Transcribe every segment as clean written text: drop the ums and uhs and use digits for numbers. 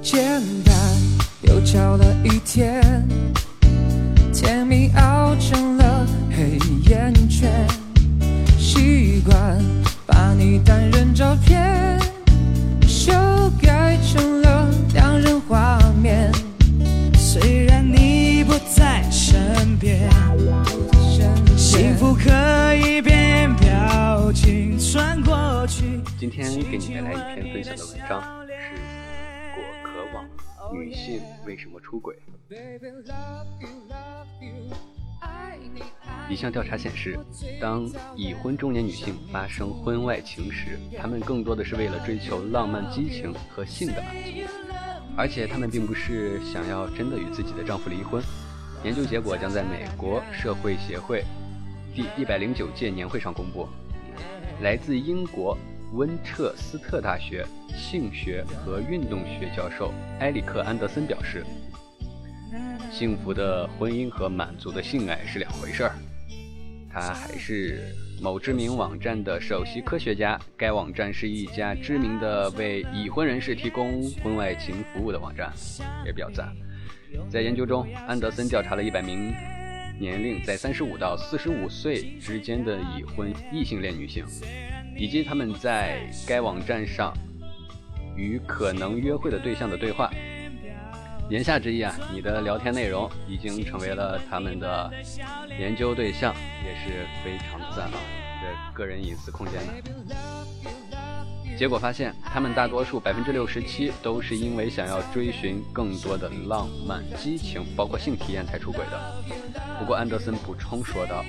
简单又巧了一天，甜蜜熬成了黑眼圈，习惯把你单人照片修改成了两人画面， 虽然你不在身边，幸福可以变表情穿过去。 今天给你带来一篇分享的文章，是果壳网女性为什么出轨。一项调查显示，当已婚中年女性发生婚外情时，她们更多的是为了追求浪漫激情和性的满足，而且她们并不是想要真的与自己的丈夫离婚。研究结果将在美国社会协会第109届年会上公布。来自英国温彻斯特大学性学和运动学教授埃里克·安德森表示，幸福的婚姻和满足的性爱是两回事儿。他还是某知名网站的首席科学家，该网站是一家知名的为已婚人士提供婚外情服务的网站，也比较赞。在研究中，安德森调查了100名年龄在35到45岁之间的已婚异性恋女性，以及他们在该网站上与可能约会的对象的对话。言下之意啊，你的聊天内容已经成为了他们的研究对象，也是非常赞啊，这个人隐私空间呢。结果发现，他们大多数67%都是因为想要追寻更多的浪漫激情，包括性体验才出轨的。不过安德森补充说道，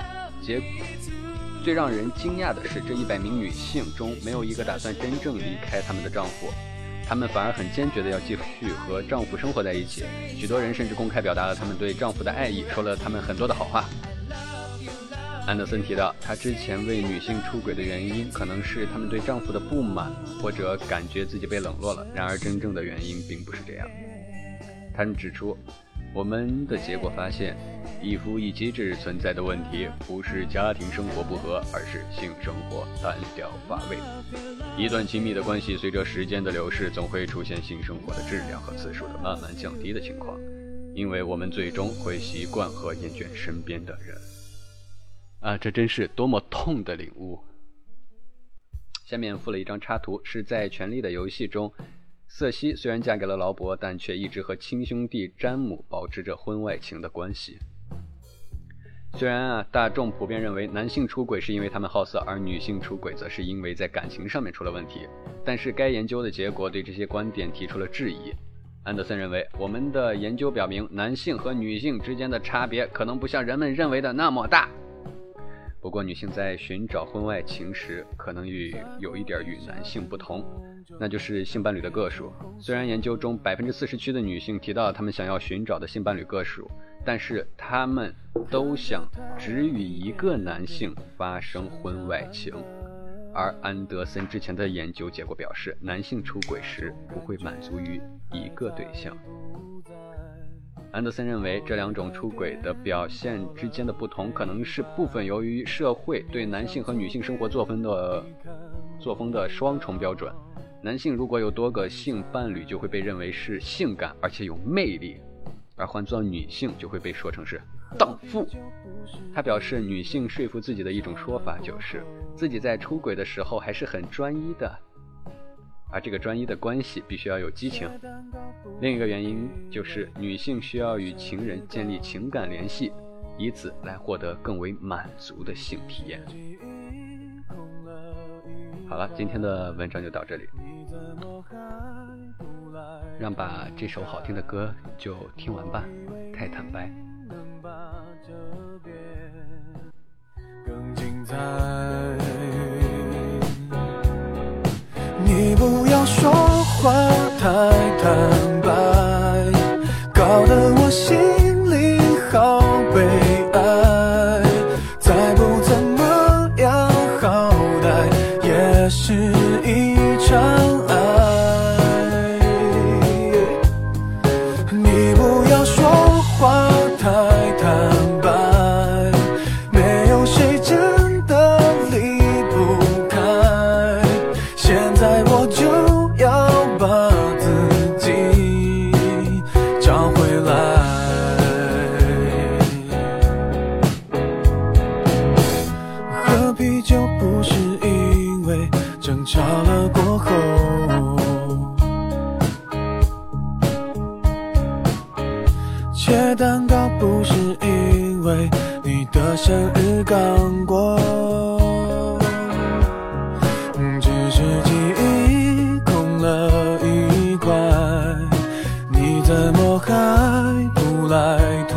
最让人惊讶的是，这100名女性中没有一个打算真正离开他们的丈夫，她们反而很坚决地要继续和丈夫生活在一起。许多人甚至公开表达了他们对丈夫的爱意，说了他们很多的好话。安德森提到，他之前为女性出轨的原因可能是他们对丈夫的不满，或者感觉自己被冷落了，然而真正的原因并不是这样。他们指出，我们的结果发现，一夫一妻制存在的问题不是家庭生活不和，而是性生活单调乏味。一段亲密的关系随着时间的流逝，总会出现性生活的质量和次数的慢慢降低的情况，因为我们最终会习惯和厌倦身边的人。这真是多么痛的领悟。下面附了一张插图，是在《权力的游戏》中，瑟西虽然嫁给了劳勃，但却一直和亲兄弟詹姆保持着婚外情的关系。虽然大众普遍认为男性出轨是因为他们好色，而女性出轨则是因为在感情上面出了问题，但是该研究的结果对这些观点提出了质疑。安德森认为，我们的研究表明，男性和女性之间的差别可能不像人们认为的那么大。不过女性在寻找婚外情时，可能有一点与男性不同，那就是性伴侣的个数。虽然研究中47%的女性提到她们想要寻找的性伴侣个数，但是她们都想只与一个男性发生婚外情。而安德森之前的研究结果表示，男性出轨时不会满足于一个对象。安德森认为，这两种出轨的表现之间的不同，可能是部分由于社会对男性和女性生活作风的双重标准。男性如果有多个性伴侣，就会被认为是性感而且有魅力，而换作女性就会被说成是荡妇。他表示，女性说服自己的一种说法就是自己在出轨的时候还是很专一的，而这个专一的关系必须要有激情。另一个原因就是女性需要与情人建立情感联系，以此来获得更为满足的性体验。好了，今天的文章就到这里，让把这首好听的歌就听完吧。太坦白， 更精彩。你不要说话太坦白，搞得我心里好悲哀。再不怎么样，好歹也是一场爱。你不要说话太坦白，没有谁真的离不开。现在我就要把自己切蛋糕不是因为你的生日刚过，只是记忆空了一块，你怎么还不来